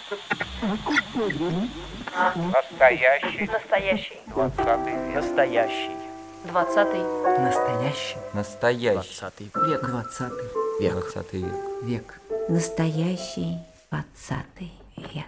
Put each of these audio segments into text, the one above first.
Настоящий. Настоящий. 20 век. Настоящий. 20-й. Настоящий. Настоящий. 20 век. 20 Век. 20 век. век. Настоящий 20 век.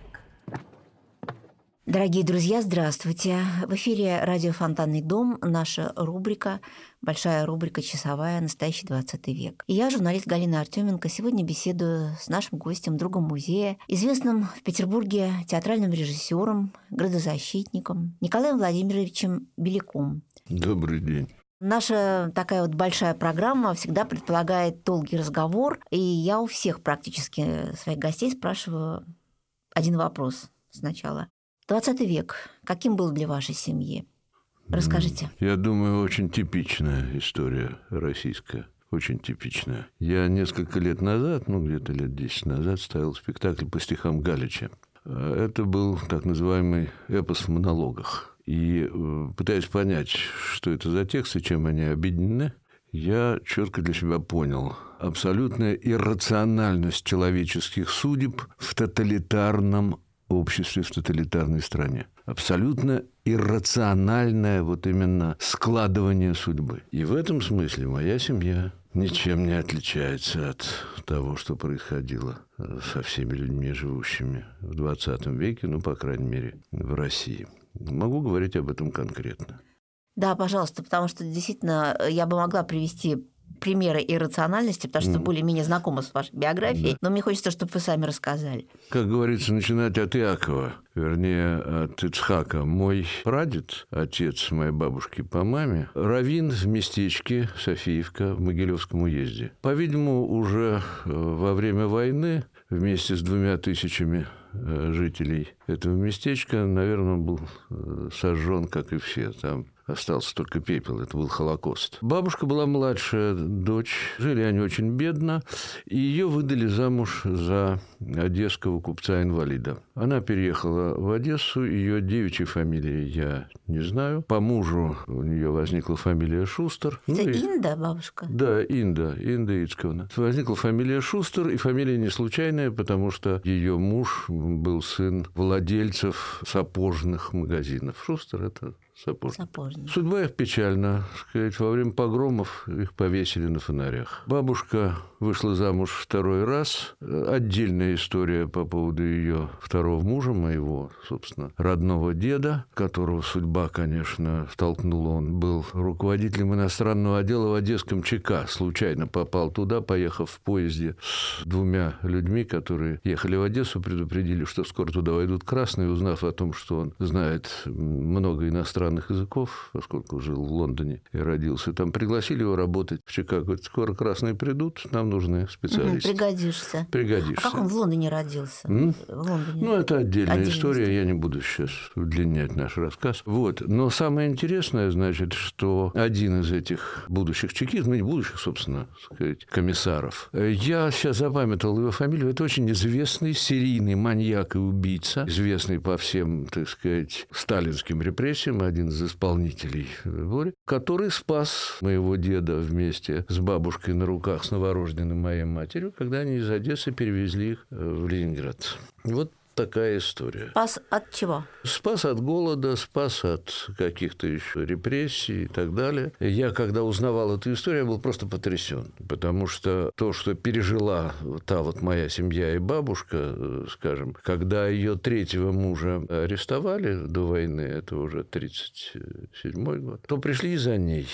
Дорогие друзья, здравствуйте. В эфире радио «Фонтанный дом», наша рубрика, большая рубрика «Часовая. Настоящий 20 век». И я, журналист Галина Артёменко, сегодня беседую с нашим гостем, другом музея, известным в Петербурге театральным режиссером, градозащитником Николаем Владимировичем Беляком. Добрый день. Наша такая вот большая программа всегда предполагает долгий разговор, и я у всех практически своих гостей спрашиваю один вопрос сначала. 20 век. Каким был для вашей семьи? Расскажите. Я думаю, очень типичная история российская. Очень типичная. Я несколько лет назад, где-то лет 10 назад, ставил спектакль по стихам Галича. Это был так называемый эпос в монологах. И пытаясь понять, что это за тексты, чем они объединены, я четко для себя понял абсолютная иррациональность человеческих судеб в тоталитарном обществе, в тоталитарной стране. Абсолютно иррациональное вот именно складывание судьбы. И в этом смысле моя семья ничем не отличается от того, что происходило со всеми людьми, живущими в 20 веке, по крайней мере, в России. Могу говорить об этом конкретно. Да, пожалуйста, потому что действительно я бы могла привести примеры иррациональности, потому что более-менее знакома с вашей биографией, да. Но мне хочется, чтобы вы сами рассказали. Как говорится, начинать от Иакова, вернее, от Ицхака. Мой прадед, отец моей бабушки по маме, раввин в местечке Софиевка в Могилевском уезде. По-видимому, уже во время войны вместе с 2000 жителей этого местечка, наверное, он был сожжен, как и все. Там остался только пепел, это был Холокост. Бабушка была младшая дочь, жили они очень бедно, и ее выдали замуж за одесского купца-инвалида. Она переехала в Одессу, ее девичьей фамилии я не знаю. По мужу у нее возникла фамилия Шустер. Это Инда, бабушка? Да, Инда Ицковна. Возникла фамилия Шустер, и фамилия не случайная, потому что ее муж был сын владельцев сапожных магазинов. Шустер – это сапожник. Судьба их печальна. Во время погромов их повесили на фонарях. Бабушка вышла замуж второй раз. Отдельная история по поводу ее второго мужа, моего, собственно, родного деда, которого судьба, конечно, столкнула. Он был руководителем иностранного отдела в Одесском ЧК. Случайно попал туда, поехав в поезде с 2 людьми, которые ехали в Одессу, предупредили, что скоро туда войдут красные. Узнав о том, что он знает много иностранных языков, поскольку жил в Лондоне и родился там, пригласили его работать в ЧК. Говорит, скоро красные придут, нам нужны специалисты. Пригодишься. А как он в Лондоне родился? В Лондоне. Это отдельная история, я не буду сейчас удлинять наш рассказ. Но самое интересное, что один из этих будущих чекистов, не будущих, собственно, комиссаров, я сейчас запамятовал его фамилию, это очень известный серийный маньяк и убийца, известный по всем, сталинским репрессиям, один из исполнителей, который спас моего деда вместе с бабушкой на руках, с новорожденной моей матерью, когда они из Одессы перевезли их в Ленинград. Вот такая история. Спас от чего? Спас от голода, спас от каких-то еще репрессий и так далее. Я, когда узнавал эту историю, я был просто потрясен, потому что то, что пережила та моя семья и бабушка, когда ее третьего мужа арестовали до войны, это уже 1937 год, то пришли за ней,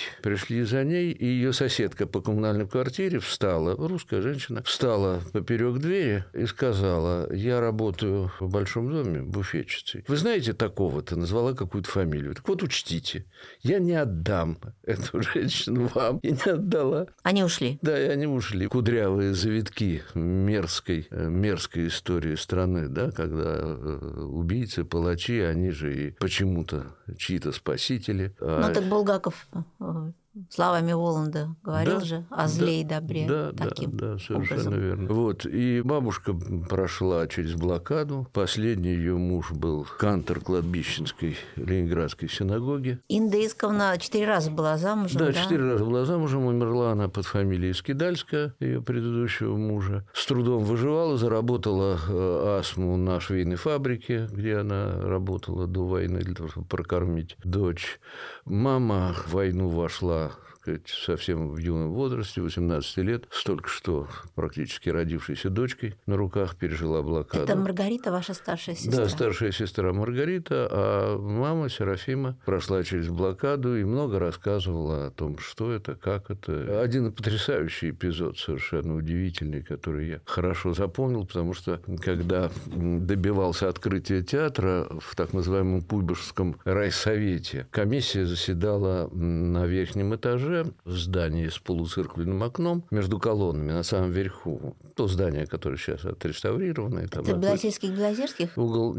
и ее соседка по коммунальной квартире встала, русская женщина, встала поперек двери и сказала: я работаю в большом доме буфетчицей. Вы знаете такого-то? Назвала какую-то фамилию. Так вот, учтите, я не отдам эту женщину вам. И не отдала. Они ушли? Да, и они ушли. Кудрявые завитки мерзкой истории страны, когда убийцы, палачи, они же и почему-то чьи-то спасители. Так Булгаков словами Воланда говорил же о зле и добре. Да, таким совершенно образом. верно. Вот. И бабушка прошла через блокаду. Последний ее муж был кантор кладбищенской Ленинградской синагоги. Инда Исковна 4 раза была замужем, да? 4 раза была замужем. Умерла она под фамилией Скидальская, ее предыдущего мужа. С трудом выживала, заработала астму на швейной фабрике, где она работала до войны для того, чтобы прокормить дочь. Мама в войну вошла совсем в юном возрасте, 18 лет, с только что практически родившейся дочкой на руках, пережила блокаду. Это Маргарита, ваша старшая сестра? Да, старшая сестра Маргарита, а мама Серафима прошла через блокаду и много рассказывала о том, что это, как это. Один потрясающий эпизод, совершенно удивительный, который я хорошо запомнил, потому что, когда добивался открытия театра в так называемом Куйбышевском райсовете, комиссия заседала на верхнем этаже в здании с полуциркульным окном между колоннами на самом верху. То здание, которое сейчас отреставрировано. Это Белосельских-Белозерских?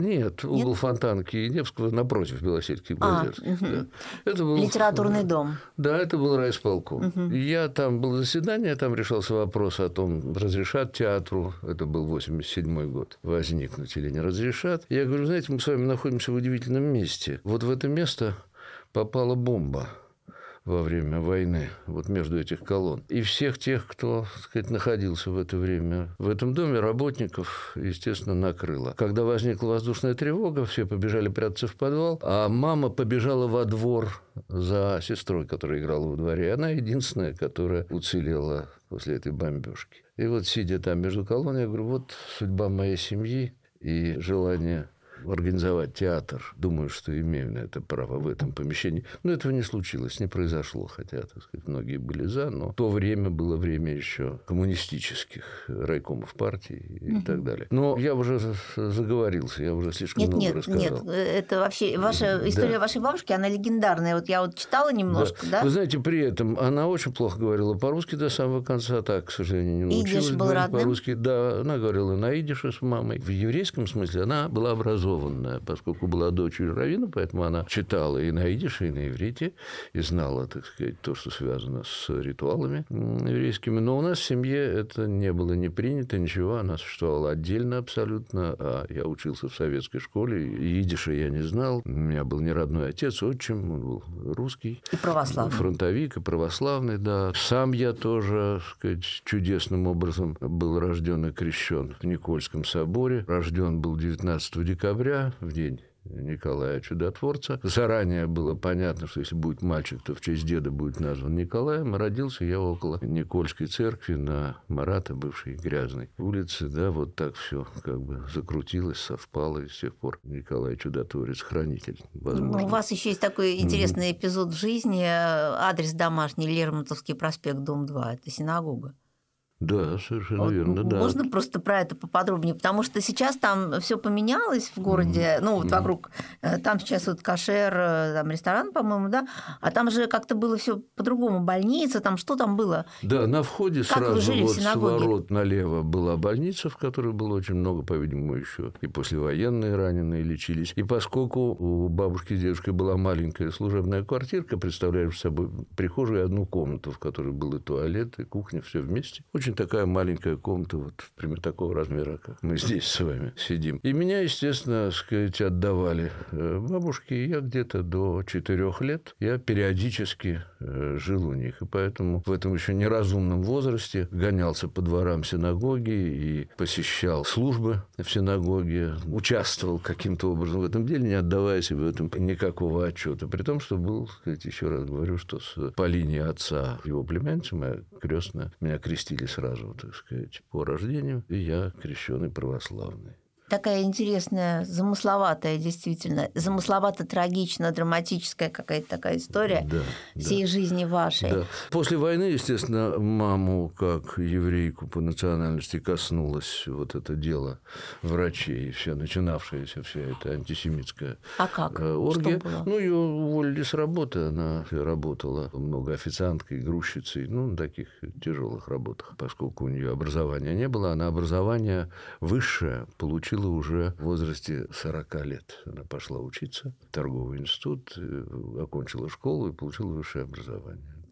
Угол Фонтанки и Невского напротив Белосельских-Белозерских. Да. Это был литературный дом. Да, это был райисполком. Я там был заседание, там решался вопрос о том, разрешат театру, это был 87-й год, возникнуть или не разрешат. Я говорю, знаете, мы с вами находимся в удивительном месте. Вот в это место попала бомба во время войны, вот между этих колонн. И всех тех, кто, так сказать, находился в это время в этом доме, работников, естественно, накрыло. Когда возникла воздушная тревога, все побежали прятаться в подвал, а мама побежала во двор за сестрой, которая играла во дворе. И она единственная, которая уцелела после этой бомбежки. И вот, сидя там между колонн, я говорю, вот судьба моей семьи и желание организовать театр. Думаю, что имею на это право в этом помещении. Но этого не случилось, не произошло. Хотя, так сказать, многие были за. Но то время было время еще коммунистических райкомов партий и так далее. Но я уже заговорился, я уже слишком много рассказал. Нет, это вообще... Ваша история вашей бабушки, она легендарная. Вот я читала немножко, да? Вы знаете, при этом она очень плохо говорила по-русски до самого конца. Так, к сожалению, не научилась говорить по-русски. Да, она говорила на идише с мамой. В еврейском смысле она была образованная, поскольку была дочерью раввина, поэтому она читала и на идише, и на иврите, и знала, так сказать, то, что связано с ритуалами еврейскими. Но у нас в семье это не было не принято, ничего, она существовала отдельно абсолютно. А я учился в советской школе, и идиша я не знал. У меня был не родной отец, отчим, он был русский. И православный. Фронтовик, и православный, да. Сам я тоже, так сказать, чудесным образом был рожден и крещен в Никольском соборе. Рожден был 19 декабря, в день Николая Чудотворца. Заранее было понятно, что если будет мальчик, то в честь деда будет назван Николаем. Родился я около Никольской церкви на Марата, бывшей Грязной улице. Да, вот так все как бы закрутилось, совпало, и с тех пор Николай Чудотворец хранитель. Возможно. У вас еще есть такой интересный эпизод в жизни. Адрес домашний, Лермонтовский проспект, дом 2. Это синагога. Да, совершенно верно, да. Можно просто про это поподробнее, потому что сейчас там все поменялось в городе, вот вокруг, там сейчас вот кашер, там ресторан, по-моему, да, а там же как-то было все по-другому, больница, там что там было? Да, на входе сразу вот с ворот налево была больница, в которой было очень много, по-видимому, еще и послевоенные раненые лечились. И поскольку у бабушки с дедушкой была маленькая служебная квартирка, представляющая собой прихожую и одну комнату, в которой был и туалет, и кухня, все вместе. Очень такая маленькая комната, вот примерно такого размера, как мы здесь с вами сидим. И меня, естественно, сказать, отдавали бабушке. Я где-то до 4 лет я периодически жил у них. И поэтому в этом еще неразумном возрасте гонялся по дворам синагоги и посещал службы в синагоге, участвовал каким-то образом в этом деле, не отдавая себе в этом никакого отчета. При том, что был, сказать, еще раз говорю, что по линии отца его племянница, моя крестная, меня крестили сразу, так сказать, по рождению, и я крещеный православный. Такая интересная, замысловатая, действительно, замысловато-трагичная, драматическая какая-то такая история всей жизни вашей. Да. После войны, естественно, маму, как еврейку по национальности, коснулось вот это дело врачей, все начинавшаяся вся эта антисемитская оргия. Что было? Ее уволили с работы, она работала много официанткой, грузчицей, на таких тяжелых работах. Поскольку у нее образования не было, она образование высшее получила уже в возрасте 40 лет. Она пошла учиться в торговый институт, окончила школу и получила высшее образование.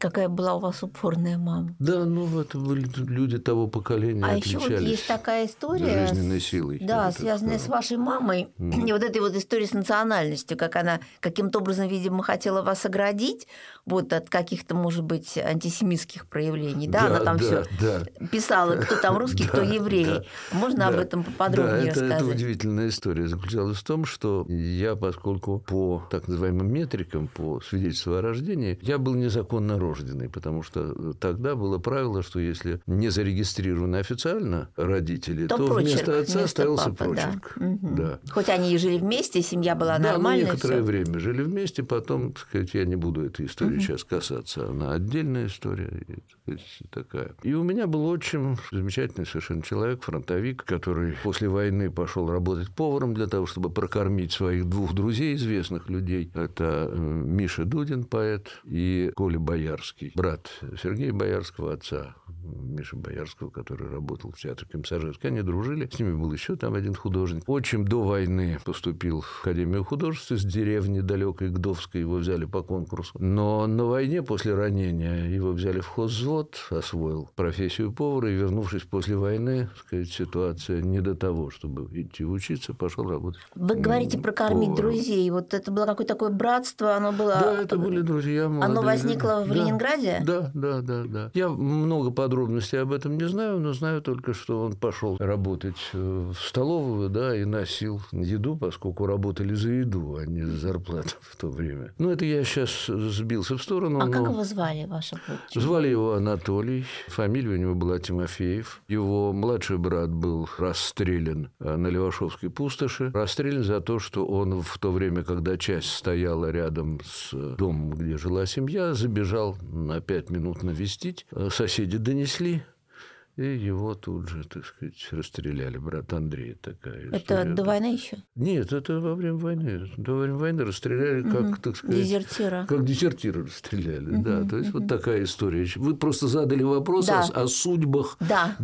Какая была у вас упорная мама. Да, это были люди того поколения, отличались. А еще есть такая история жизненной силой. Да, связанная с вашей мамой. И вот этой вот история с национальностью, как она каким-то образом, видимо, хотела вас оградить от каких-то, может быть, антисемитских проявлений. Да, она там все писала, кто там русский, кто еврей. Можно об этом поподробнее рассказать? Это удивительная история. Заключалась в том, что я, поскольку по так называемым метрикам, по свидетельству о рождении, я был незаконно рожденный, потому что тогда было правило, что если не зарегистрированы официально родители, то вместо отца ставился прочерк. Да. Да. Хоть они и жили вместе, семья была нормальная. Да, некоторое время жили вместе, потом, так сказать, я не буду этой истории сейчас касаться, она отдельная история, так сказать, такая. И у меня был отчим, замечательный совершенно человек, фронтовик, который после войны пошел работать поваром для того, чтобы прокормить своих двух друзей, известных людей. Это Миша Дудин, поэт, и Коля Боярский, брат Сергея Боярского, отца Миши Боярского, который работал в театре Комиссаржевской. Они дружили. С ними был еще там один художник. Отчим до войны поступил в Академию художеств из деревни далекой Гдовской. Его взяли по конкурсу. Но на войне после ранения его взяли в хозвзвод, освоил профессию повара. И, вернувшись после войны, так сказать, ситуация не до того, чтобы идти учиться, пошел работать. Вы говорите прокормить друзей. Вот это было какое-то такое братство, оно было... Да, это были друзья молодые. Оно возникло в Ленинграде? Да. Я много подробностей об этом не знаю, но знаю только, что он пошел работать в столовую, и носил еду, поскольку работали за еду, а не за зарплату в то время. Это я сейчас сбился в сторону. А как его звали, вашего отчима? Звали его Анатолий, фамилия у него была Тимофеев. Его младший брат был расстрелян на Левашовской пустоши. Расстрелян за то, что он в то время, когда часть стояла рядом с домом, где жила семья, забежал на 5 минут навестить. Соседи донесли, и его тут же, так сказать, расстреляли. Брат Андрей, такая история. Это до войны еще? Нет, это во время войны. До время войны расстреляли как, так сказать... Дезертира. Как дезертира расстреляли, да. То есть вот такая история. Вы просто задали вопрос о судьбах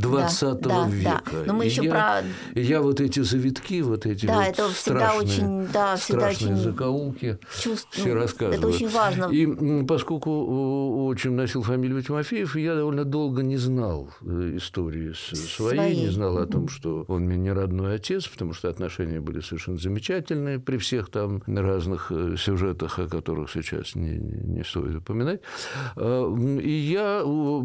20 века. Но мы еще я вот эти завитки, вот эти это всегда страшные закоулки все рассказываю. Это очень важно. И поскольку отчим носил фамилию Тимофеев, я довольно долго не знал истории своей, не знал о том, что он мне не родной отец, потому что отношения были совершенно замечательные при всех там разных сюжетах, о которых сейчас не стоит упоминать. И я,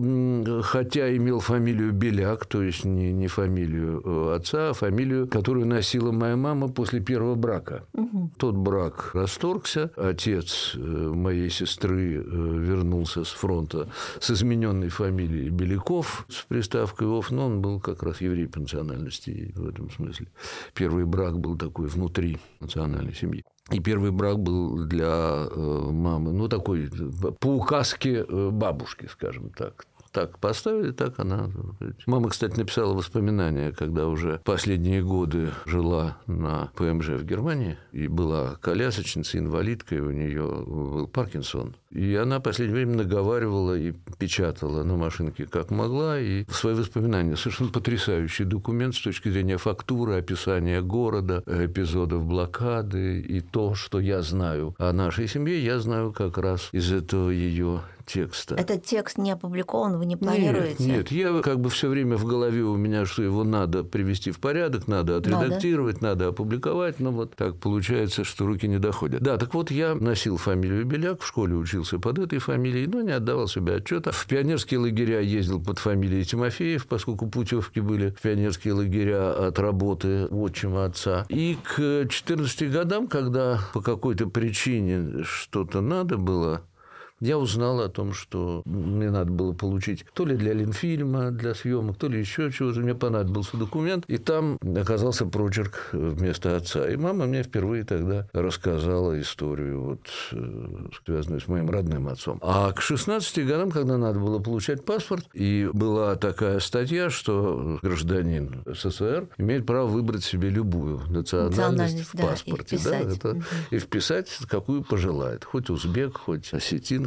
хотя имел фамилию Беляк, то есть не фамилию отца, а фамилию, которую носила моя мама после первого брака. Тот брак расторгся, отец моей сестры вернулся с фронта с измененной фамилией Беляков, с приставкой «ов», но он был как раз еврей по национальности в этом смысле. Первый брак был такой внутри национальной семьи. И первый брак был для мамы, такой по указке бабушки, скажем так. Так поставили, так она... Мама, кстати, написала воспоминания, когда уже последние годы жила на ПМЖ в Германии, и была колясочницей, инвалидкой, у нее был Паркинсон. И она в последнее время наговаривала и печатала на машинке как могла, и в свои воспоминания совершенно потрясающий документ с точки зрения фактуры, описания города, эпизодов блокады, и то, что я знаю о нашей семье, я знаю как раз из этого ее текста. Этот текст не опубликован, вы не планируете? Нет, я все время в голове у меня, что его надо привести в порядок, надо отредактировать, надо опубликовать, но так получается, что руки не доходят. Да, так вот, я носил фамилию Беляк, в школе учился под этой фамилией, но не отдавал себе отчета. В пионерские лагеря ездил под фамилией Тимофеев, поскольку путевки были в пионерские лагеря от работы отчима отца. И к 14 годам, когда по какой-то причине что-то надо было, я узнал о том, что мне надо было получить то ли для Ленфильма, для съемок, то ли еще чего-то. Мне понадобился документ, и там оказался прочерк вместо отца. И мама мне впервые тогда рассказала историю, связанную с моим родным отцом. А к 16 годам, когда надо было получать паспорт, и была такая статья, что гражданин СССР имеет право выбрать себе любую национальность в паспорте. И вписать какую пожелает. Хоть узбек, хоть осетин,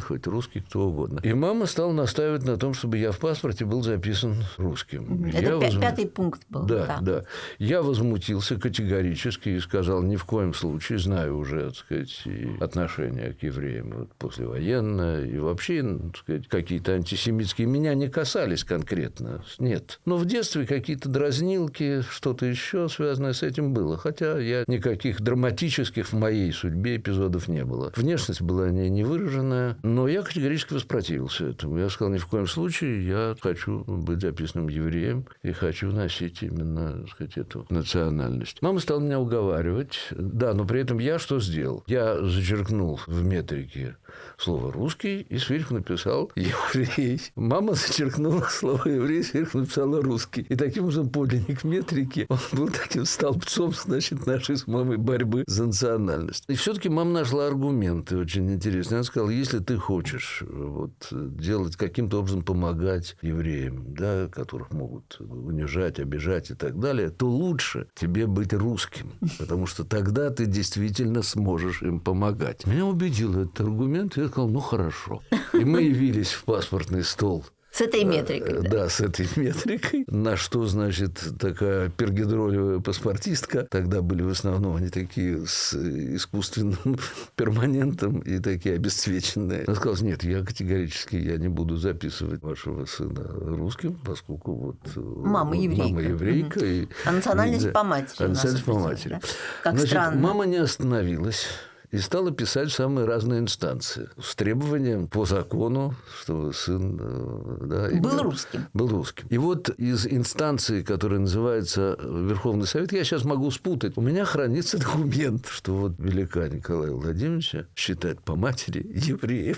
хоть русский, кто угодно. И мама стала настаивать на том, чтобы я в паспорте был записан русским. Это пятый пункт был. Да. Я возмутился категорически и сказал, ни в коем случае, знаю уже, так сказать, и отношения к евреям вот, послевоенное, и вообще, так сказать, какие-то антисемитские меня не касались конкретно. Нет. Но в детстве какие-то дразнилки, что-то еще связанное с этим было. Хотя я никаких драматических в моей судьбе эпизодов не было. Внешность была не выраженная, но я категорически воспротивился этому. Я сказал, ни в коем случае я хочу быть записанным евреем и хочу носить именно, так сказать, эту национальность. Мама стала меня уговаривать. Да, но при этом я что сделал? Я зачеркнул в метрике слово «русский» и сверху написал «еврей». Мама зачеркнула слово «еврей», сверху написала «русский». И таким образом подлинник метрики, он был таким столбцом, значит, нашей с мамой борьбы за национальность. И все-таки мама нашла аргументы очень интересные. Она сказала, если ты хочешь вот, делать каким-то образом помогать евреям, да, которых могут унижать, обижать и так далее, то лучше тебе быть русским, потому что тогда ты действительно сможешь им помогать. Меня убедил этот аргумент, и я сказал, ну хорошо. И мы явились в паспортный стол. С этой метрикой, да? Да, с этой метрикой. На что, значит, такая пергидролевая паспортистка, тогда были в основном они такие с искусственным перманентом и такие обесцвеченные. Она сказала, нет, я категорически я не буду записывать вашего сына русским, поскольку вот... Мама еврейка. И, а национальность да, по матери. Национальность по матери. Да? Как значит, странно. Мама не остановилась. И стала писать в самые разные инстанции с требованием по закону, чтобы сын был русским. Был русским. И вот из инстанции, которая называется Верховный Совет, я сейчас могу спутать, у меня хранится документ, что вот велика Николая Владимировича считать по матери евреем.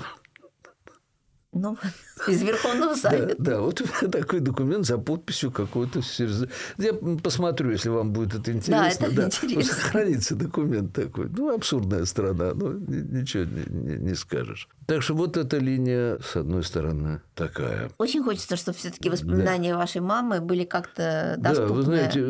Ну, из Верховного Совета. Да, вот у меня такой документ за подписью какой-то. Я посмотрю, если вам будет это интересно. Да, это интересно. Хранится документ такой. Ну, абсурдная страна, но ничего не скажешь. Так что вот эта линия, с одной стороны, такая. Очень хочется, чтобы все-таки воспоминания вашей мамы были как-то доступны. Да, вы знаете,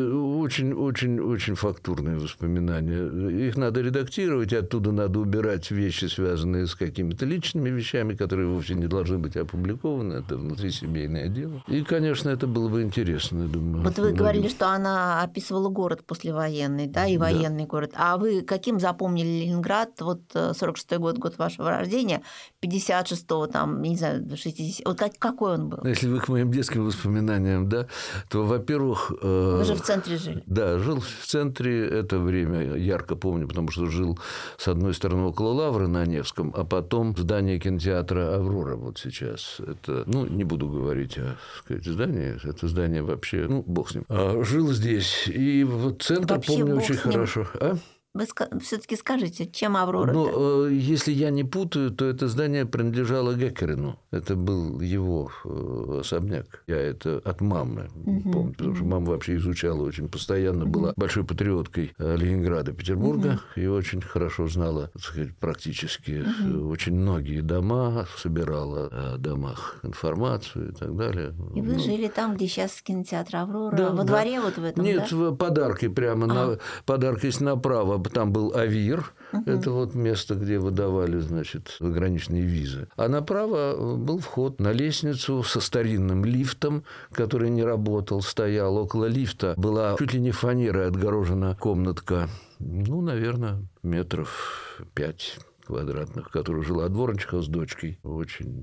очень фактурные воспоминания. Их надо редактировать, и оттуда надо убирать вещи, связанные с какими-то личными вещами, которые вовсе не должны быть опубликованы. Это внутрисемейное дело. И, конечно, это было бы интересно, я думаю. Вот вы говорили, что она описывала город послевоенный, да, и военный город. А вы каким запомнили Ленинград? Вот 46-й год вашего рождения, 56-го, там, не знаю, 60... Вот какой он был? Если вы к моим детским воспоминаниям, да, то, во-первых... Вы же в центре жили. Да, жил в центре. Это время ярко помню, потому что жил, с одной стороны, около Лавры на Невском, а потом в здании кинотеатра «Аврора» вот сейчас. Это, не буду говорить о, сказать, здании. Это здание вообще, бог с ним. Жил здесь. И вот центр вообще помню очень хорошо. Вы все-таки скажите, чем «Аврора»? Если я не путаю, то это здание принадлежало Геккерину. Это был его особняк. Я это от мамы помню, потому что мама вообще изучала очень постоянно, была большой патриоткой Ленинграда, Петербурга, и очень хорошо знала, так сказать, практически очень многие дома, собирала о домах информацию и так далее. И вы жили там, где сейчас кинотеатр «Аврора», да, во дворе вот в этом, Нет, да? в Подарке прямо, Подарка есть направо. Там был Авир, это вот место, где выдавали, значит, заграничные визы. А направо был вход на лестницу со старинным лифтом, который не работал, стоял. Около лифта была чуть ли не фанерой отгорожена комнатка, наверное, 5 метров квадратных, в которой жила дворничиха с дочкой. Очень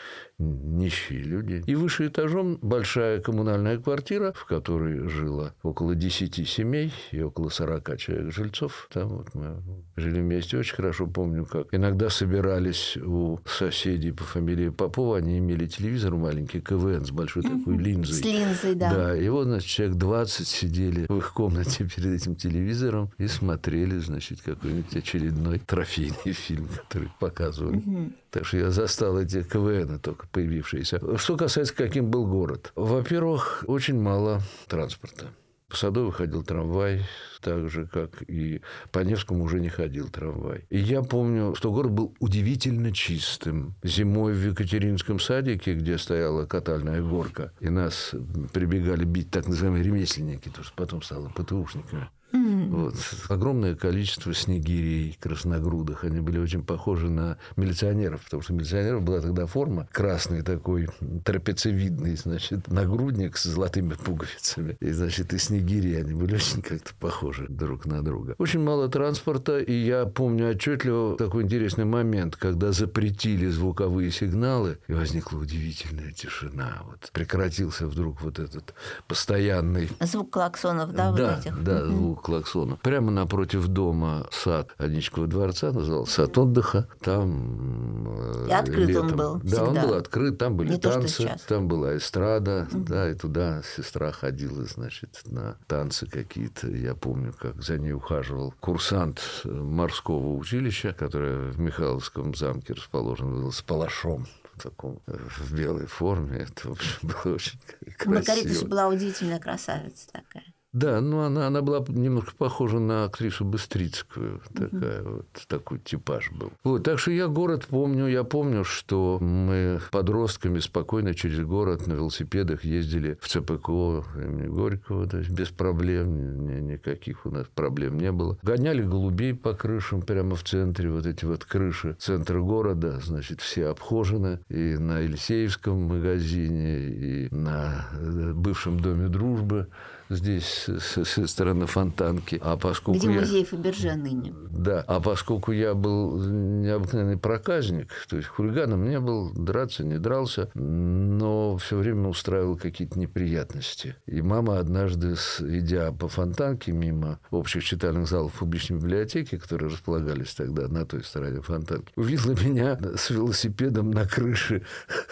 нищие люди. И выше этажом большая коммунальная квартира, в которой жило около 10 семей и около 40 человек жильцов. Там вот мы жили вместе. Очень хорошо помню, как иногда собирались у соседей по фамилии Попова. Они имели телевизор маленький, КВН, с большой такой линзой. С линзой, да. Да, и вот, значит, человек 20 сидели в их комнате перед этим телевизором и смотрели, значит, какой-нибудь очередной трофейный фильм, который показывали. Так что я застал эти КВН только появившиеся. Что касается, каким был город. Во-первых, очень мало транспорта. По Садовой ходил трамвай, так же, как и по Невскому уже не ходил трамвай. И я помню, что город был удивительно чистым. Зимой в Екатеринском садике, где стояла катальная горка, и нас прибегали бить так называемые ремесленники, то, что потом стало ПТУшниками. Вот. Огромное количество снегирей красногрудых. Они были очень похожи на милиционеров, потому что у милиционеров была тогда форма красный такой трапециевидный, значит, нагрудник с золотыми пуговицами. И, значит, и снегири, они были очень как-то похожи друг на друга. Очень мало транспорта, и я помню отчетливо такой интересный момент, когда запретили звуковые сигналы, и возникла удивительная тишина. Вот прекратился вдруг вот этот постоянный... Звук клаксонов, да, вот этих? Да, звук клаксона. Прямо напротив дома сад Аничкова дворца, назывался сад отдыха. Там и открыт летом... он был Да, всегда. он был открыт, там были Не танцы, там была эстрада, да, и туда сестра ходила, значит, на танцы какие-то. Я помню, как за ней ухаживал курсант морского училища, которое в Михайловском замке расположено было, с палашом. В белой форме. Это, в общем, было очень красиво. Маргарита была удивительная красавица такая. Да, но она была немножко похожа на актрису Быстрицкую. Такая, вот, такой типаж был. Вот, так что я город помню. Я помню, что мы подростками спокойно через город на велосипедах ездили в ЦПКО имени Горького. То есть без проблем. Никаких у нас проблем не было. Гоняли голубей по крышам прямо в центре. Вот эти вот крыши центра города, значит, все обхожены. И на Елисеевском магазине, и на бывшем Доме дружбы. Здесь, со стороны Фонтанки. А поскольку где музей Фаберже ныне. Да. А поскольку я был необыкновенный проказник, то есть хулиганом не был, драться не дрался, но все время устраивал какие-то неприятности. И мама однажды, идя по Фонтанке мимо общих читальных залов публичной библиотеки, которые располагались тогда на той стороне Фонтанки, увидела меня с велосипедом на крыше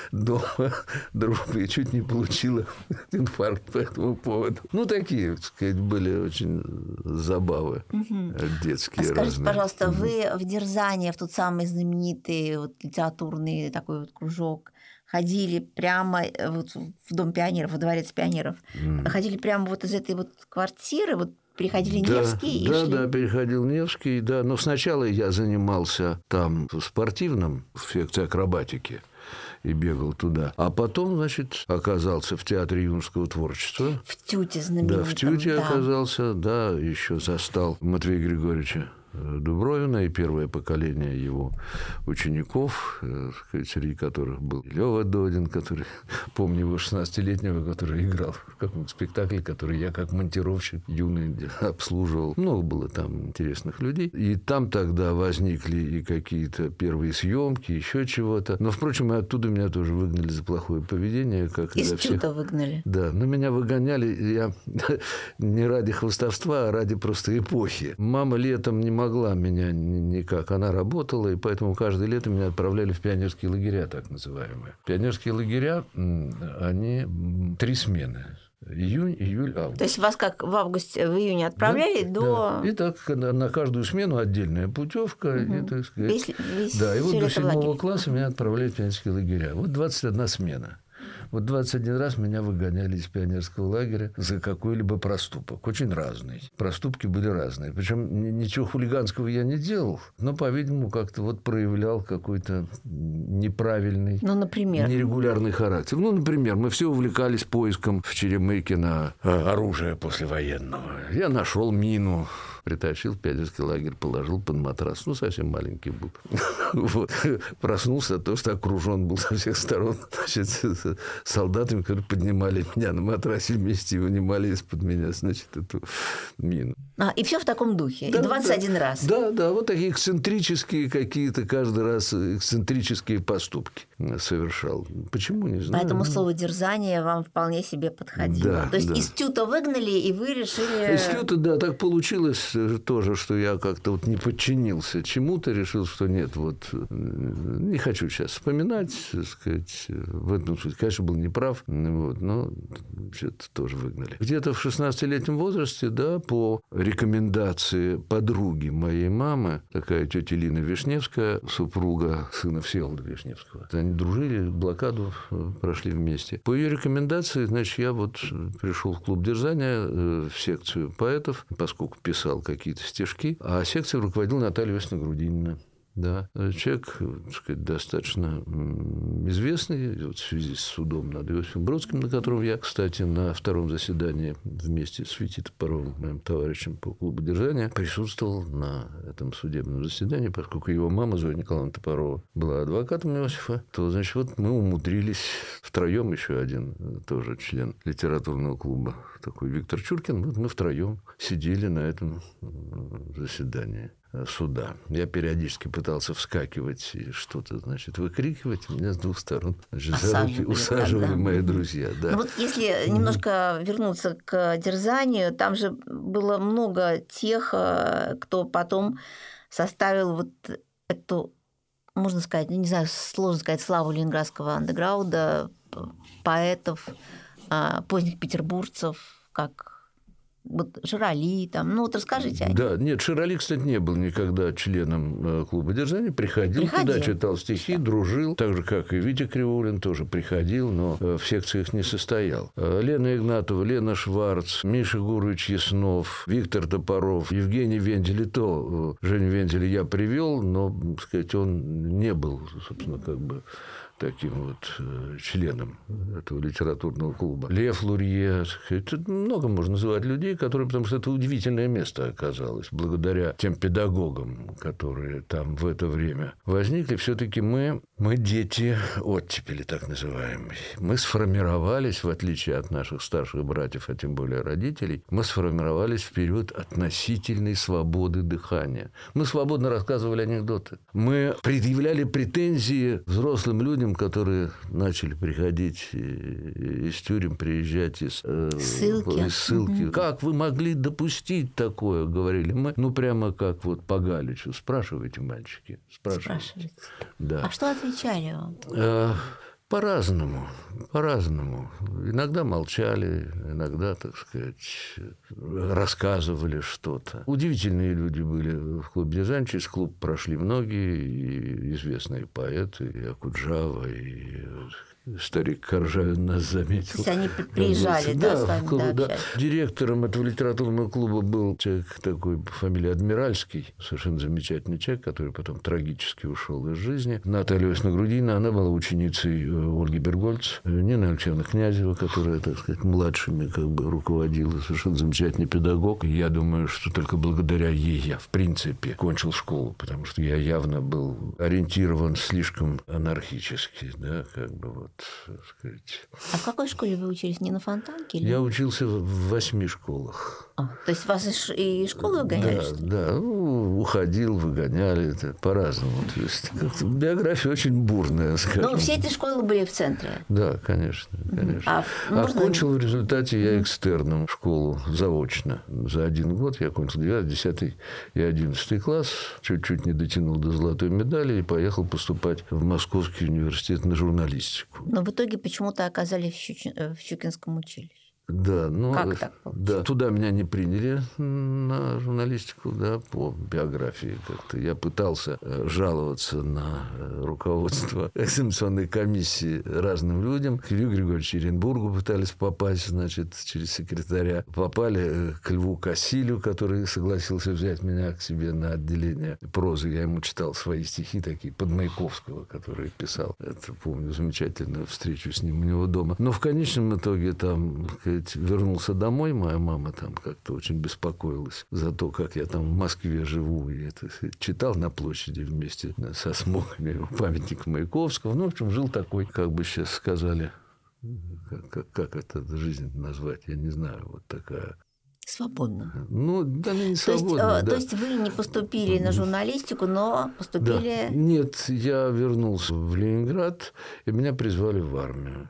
дома дружбы и чуть не получила инфаркт по этому поводу. Ну, такие, так сказать, были очень забавы детские. Скажите, разные. Пожалуйста, вы в Дерзание, в тот самый знаменитый вот, литературный такой вот кружок, ходили прямо вот в Дом пионеров, во Дворец пионеров, ходили прямо вот из этой вот квартиры, вот переходили Невский и шли? Да, переходил Невский, да. Но сначала я занимался там спортивным, в секции акробатики. И бегал туда. А потом, значит, оказался в Театре юношеского творчества. В ТЮТе знаменитом. Да, в ТЮТе оказался, да, еще застал Матвея Григорьевича Дубровина и первое поколение его учеников, среди которых был Лёва Додин, который, помню его 16-летнего, который играл в каком-то спектакле, который я как монтировщик юный обслуживал. Много было там интересных людей. И там тогда возникли и какие-то первые съемки, еще чего-то. Но, впрочем, и оттуда меня тоже выгнали за плохое поведение. Как из ТЮТа выгнали? Да, но меня выгоняли я не ради хвастовства, а ради просто эпохи. Мама летом не могла меня никак. Она работала, и поэтому каждое лето меня отправляли в пионерские лагеря, так называемые. Пионерские лагеря, они 3 смены. Июнь, июль, август. То есть вас как в августе, в июне отправляли до... Да. И так на каждую смену отдельная путевка. И, так сказать, и вот до 7 класса меня отправляли в пионерские лагеря. Вот 21 смена. Вот 21 раз меня выгоняли из пионерского лагеря за какой-либо проступок. Очень разный. Проступки были разные. Причем ничего хулиганского я не делал, но, по-видимому, как-то вот проявлял какой-то неправильный, нерегулярный характер. Ну, например, мы все увлекались поиском в Черемыкино оружия послевоенного. Я нашел мину. Притащил в пионерский лагерь, положил под матрас. Ну, совсем маленький был. Вот. Проснулся от того, что окружен был со всех сторон, значит, солдатами, которые поднимали меня на матрасе вместе и вынимали из-под меня, значит, эту мину. И все в таком духе. Да, и 21 раз. Да, вот такие эксцентрические какие-то каждый раз эксцентрические поступки совершал. Почему, не знаю. Поэтому слово «дерзание» вам вполне себе подходило. Да, то есть из ТЮТа выгнали, и вы решили... Из ТЮТа, да, так получилось тоже, что я как-то вот не подчинился чему-то, решил, что нет, вот не хочу сейчас вспоминать, так сказать, в этом смысле, конечно, был неправ, вот, но что-то тоже выгнали. Где-то в 16-летнем возрасте, да, по рекомендации подруги моей мамы, такая тетя Лина Вишневская, супруга сына Всеволода Вишневского, они дружили, блокаду прошли вместе. По ее рекомендации, значит, я вот пришел в клуб Дерзания, в секцию поэтов, поскольку писал какие-то стишки, а секцией руководила Наталья Иосифовна Грудинина. Да. Человек, так сказать, достаточно известный вот в связи с судом над Иосифом Бродским, на котором я, кстати, на втором заседании вместе с Витей Топоровым, моим товарищем по клубу держания, присутствовал на этом судебном заседании, поскольку его мама, Зоя Николаевна Топорова, была адвокатом Иосифа, то, значит, вот мы умудрились втроем, еще один тоже член литературного клуба, такой Виктор Чуркин, вот мы втроем сидели на этом заседании суда. Я периодически пытался вскакивать и что-то, значит, выкрикивать. Меня с двух сторон, значит, за руки усаживали мои друзья. Да. Ну, вот если немножко вернуться к дерзанию, там же было много тех, кто потом составил вот эту, можно сказать, не знаю, сложно сказать, славу ленинградского андеграунда, поэтов, поздних петербуржцев, как вот Ширали, там, ну вот расскажите о них. Да, нет, Ширали, кстати, не был никогда членом клуба держания, приходил туда, читал стихи, дружил, так же, как и Витя Кривулин, тоже приходил, но в секциях не состоял. Лена Игнатова, Лена Шварц, Миша Гурович Яснов, Виктор Топоров, Евгений Вендель, и то Женю Венделя я привел, но, так сказать, он не был, собственно, как бы таким вот членом этого литературного клуба. Лев Лурье. Это много можно называть людей, которые, потому что это удивительное место оказалось, благодаря тем педагогам, которые там в это время возникли. Все-таки мы дети оттепели, так называемые. Мы сформировались, в отличие от наших старших братьев, а тем более родителей, мы сформировались в период относительной свободы дыхания. Мы свободно рассказывали анекдоты. Мы предъявляли претензии взрослым людям, которые начали приходить из тюрем, приезжать из ссылки. Как вы могли допустить такое, говорили мы. Ну, прямо как вот по Галичу. Спрашивайте, мальчики. Спрашивайте. Да. А что отвечали вам? По-разному. Иногда молчали, иногда, так сказать, рассказывали что-то. Удивительные люди были в клубе держания. Через клуб прошли многие, и известные поэты, и Акуджава, и старик Коржавин нас заметил. То есть они приезжали, да, с вами, клуб, да, да. Директором этого литературного клуба был человек такой по фамилии Адмиральский, совершенно замечательный человек, который потом трагически ушел из жизни. Наталья Иосифовна Грудинина, она была ученицей Ольги Бергольц, Нина Алексеевна Князева, которая, так сказать, младшими как бы руководила, совершенно замечательный педагог. И я думаю, что только благодаря ей я, в принципе, кончил школу, потому что я явно был ориентирован слишком анархически, да, как бы вот, так сказать. А в какой школе вы учились? Не на Фонтанке? Или? Я учился в 8 школах. То есть вас и школы выгоняли? Да, уходил, выгоняли, это по-разному. То есть биография очень бурная, скажем. Но все эти школы были в центре? Да, конечно. Окончил в результате я экстерном школу заочно. За 1 год я окончил 9, 10 и 11 класс, чуть-чуть не дотянул до золотой медали и поехал поступать в Московский университет на журналистику. Но в итоге почему-то оказались в Щукинском училище. Да, как так получилось? Да, туда меня не приняли на журналистику, да, по биографии как-то. Я пытался жаловаться на руководство экзаменационной комиссии разным людям. К Илью Григорьевичу Еренбургу пытались попасть, значит, через секретаря. Попали к Льву Кассилю, который согласился взять меня к себе на отделение прозы. Я ему читал свои стихи такие, под Маяковского, который писал. Это, помню, замечательную встречу с ним у него дома. Но в конечном итоге там, вернулся домой, моя мама там как-то очень беспокоилась за то, как я там в Москве живу. И это читал на площади вместе со смогами памятник Маяковского. Ну, в общем, жил такой, как бы сейчас сказали, как это жизнь назвать, я не знаю, вот такая. Свободно. Ну, да, не свободно. То есть вы не поступили на журналистику, но поступили... Да. Нет, я вернулся в Ленинград, и меня призвали в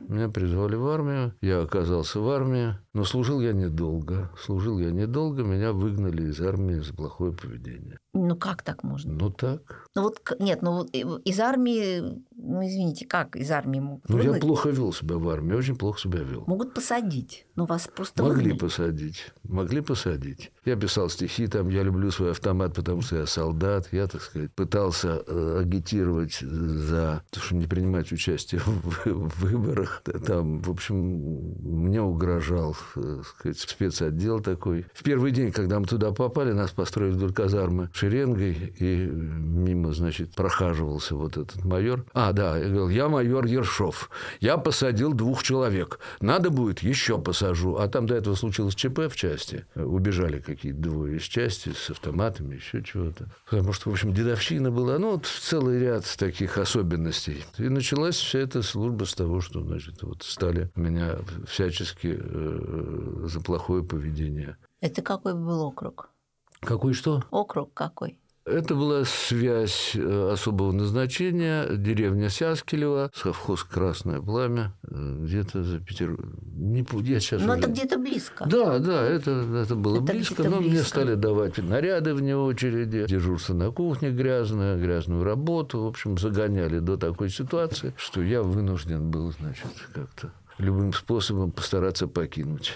армию. Я оказался в армии, но служил я недолго. Меня выгнали из армии за плохое поведение. Ну, как так можно? Ну, так. Ну, вот, нет, ну, из армии Ну, извините, как из армии могут Ну, выгнать? я плохо вел себя в армии, очень плохо себя вел. Могут посадить, но вас просто Могли выгнали. могли посадить. Я писал стихи, там, я люблю свой автомат, потому что я солдат. Я, так сказать, пытался агитировать за то, чтобы не принимать участие в выборах. Там, в общем, мне угрожал, так сказать, спецотдел такой. В первый день, когда мы туда попали, нас построили вдоль казармы шеренгой, и мимо, значит, прохаживался вот этот майор. Я говорил, я майор Ершов. Я посадил 2 человек. Надо будет, еще посажу. А там до этого случилось ЧП в части. Убежали какие-то 2 из части с автоматами, еще чего-то. Потому что, в общем, дедовщина была. Ну, вот целый ряд таких особенностей. И началась вся эта служба с того, что, значит, вот стали меня всячески за плохое поведение. Это какой был округ? Какой что? Округ какой? Это была связь особого назначения, деревня Сяскелева, совхоз «Красное пламя», где-то за Петербургом. Я сейчас Ну, уже... это где-то близко. Да, это было Это близко, где-то но мне близко. стали давать наряды вне очереди, дежурство на кухне грязную работу. В общем, загоняли до такой ситуации, что я вынужден был, значит, как-то любым способом постараться покинуть.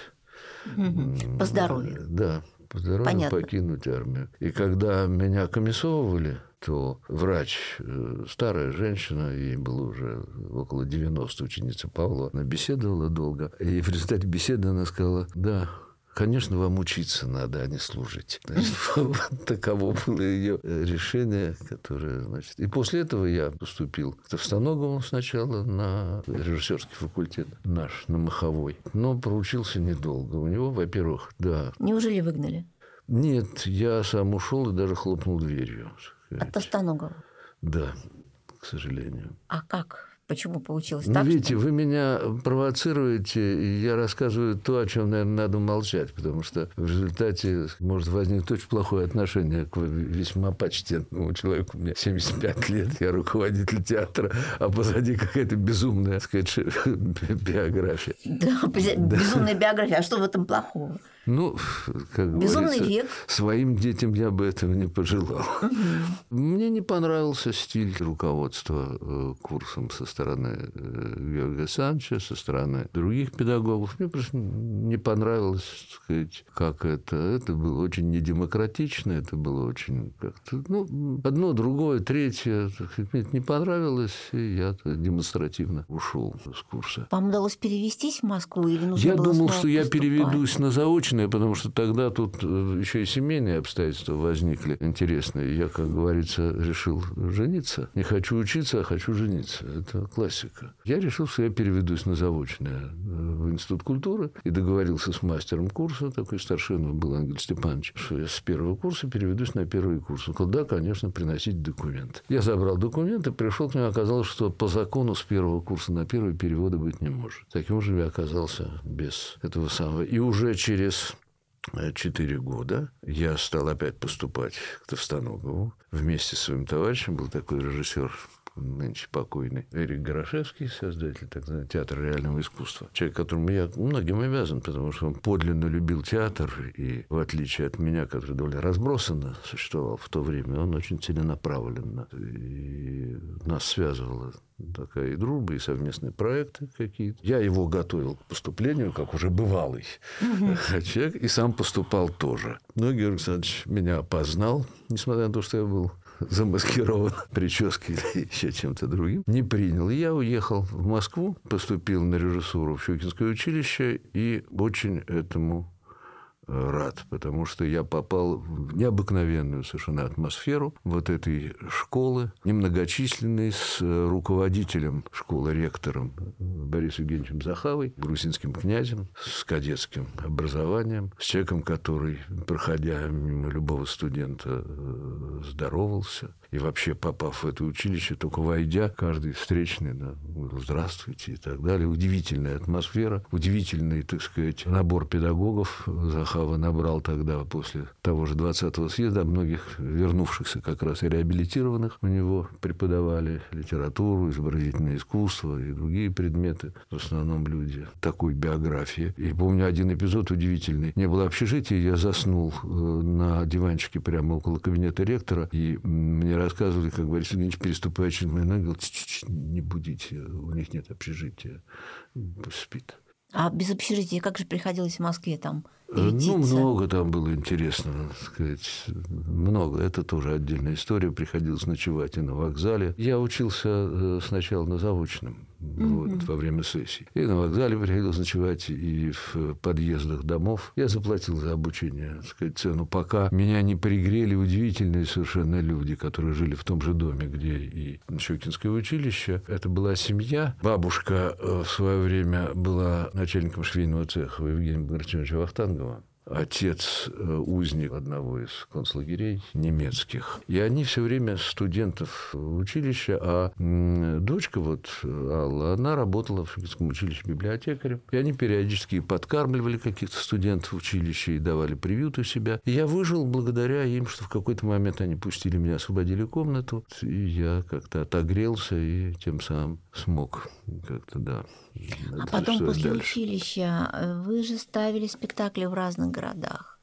По здоровью. Да. По здоровью Понятно. покинуть армию. И когда меня комиссовывали, то врач, старая женщина, ей было уже около 90, ученица Павлова, она беседовала долго. И в результате беседы она сказала, да, конечно, вам учиться надо, а не служить. Значит, вот таково было ее решение, которое, значит... И после этого я поступил к Товстоногову сначала на режиссерский факультет наш, на Маховой. Но проучился недолго. У него, во-первых, да... Неужели выгнали? Нет, я сам ушел и даже хлопнул дверью. От Товстоногова? Да, к сожалению. А как? Почему получилось Ну, так? видите, что... вы меня провоцируете, и я рассказываю то, о чем, наверное, надо молчать, потому что в результате может возникнуть очень плохое отношение к весьма почтенному человеку. Мне 75 лет, я руководитель театра, а позади какая-то безумная, так сказать, биография. Да, безумная биография. А что в этом плохого? Ну, как Безумный говорится, век. своим детям я бы этого не пожелал. Мне не понравился стиль руководства курсом со стороны Георгия Александровича, со стороны других педагогов. Мне просто не понравилось, так сказать, как это. Это было очень недемократично, это было очень как-то... Ну, одно, другое, третье. Мне не понравилось, и я демонстративно ушел с курса. Вам удалось перевестись в Москву или нужно Я было думал, снова что я поступать? переведусь на заочное, потому что тогда тут еще и семейные обстоятельства возникли интересные. Я, как говорится, решил жениться. Не хочу учиться, а хочу жениться. Это классика. Я решил, что я переведусь на заочное в Институт культуры и договорился с мастером курса, такой Старшинов был Ангел Степанович, что я с первого курса переведусь на 1-й курс. Он сказал, да, конечно, приносить документы. Я забрал документы, пришел к нему, оказалось, что по закону с 1-го курса на 1-й перевода быть не может. Таким же я оказался без этого самого. И уже через 4 года я стал опять поступать к Товстоногову. Вместе с своим товарищем был такой режиссер, нынче покойный, Эрик Горошевский, создатель так называемого театра реального искусства. Человек, которому я многим обязан, потому что он подлинно любил театр, и в отличие от меня, который довольно разбросанно существовал в то время, он очень целенаправленно. И нас связывала такая и дружба, и совместные проекты какие-то. Я его готовил к поступлению, как уже бывалый человек, и сам поступал тоже. Но Георгий Александрович меня опознал, несмотря на то, что я был замаскирован прической или еще чем-то другим, не принял. И я уехал в Москву, поступил на режиссуру в Щукинское училище и очень этому рад, потому что я попал в необыкновенную совершенно атмосферу вот этой школы, немногочисленной, с руководителем школы, ректором Борисом Евгеньевичем Захавой, грузинским князем, с кадетским образованием, с человеком, который, проходя мимо любого студента, здоровался. И вообще, попав в это училище, только войдя, каждый встречный, да, здравствуйте и так далее. Удивительная атмосфера, удивительный, так сказать, набор педагогов. Захав Ахава набрал тогда, после того же 20-го съезда, многих вернувшихся как раз и реабилитированных. У него преподавали литературу, изобразительное искусство и другие предметы. В основном люди такой биографии. И помню один эпизод удивительный. Не было общежития, я заснул на диванчике прямо около кабинета ректора, и мне рассказывали, как Борис Евгеньевич, переступая через мои ноги, говорил: не будите, у них нет общежития, пусть спит. А без общежития как же приходилось в Москве там ютиться? Много там было интересного, так сказать, много. Это тоже отдельная история. Приходилось ночевать и на вокзале. Я учился сначала на заочном, во время сессий. И на вокзале приходилось ночевать, и в подъездах домов. Я заплатил за обучение, так сказать, цену, пока меня не пригрели удивительные совершенно люди, которые жили в том же доме, где и Щукинское училище. Это была семья. Бабушка в свое время была начальником швейного цеха у Евгения Багратионовича Вахтангова. Отец узник одного из концлагерей немецких. И они все время студентов училища, а дочка вот Алла, она работала в Щукинском училище библиотекарем. И они периодически подкармливали каких-то студентов училища и давали приют у себя. И я выжил благодаря им, что в какой-то момент они пустили меня, освободили комнату. И я как-то отогрелся и тем самым смог как-то, да. А потом после училища вы же ставили спектакли в разных городах.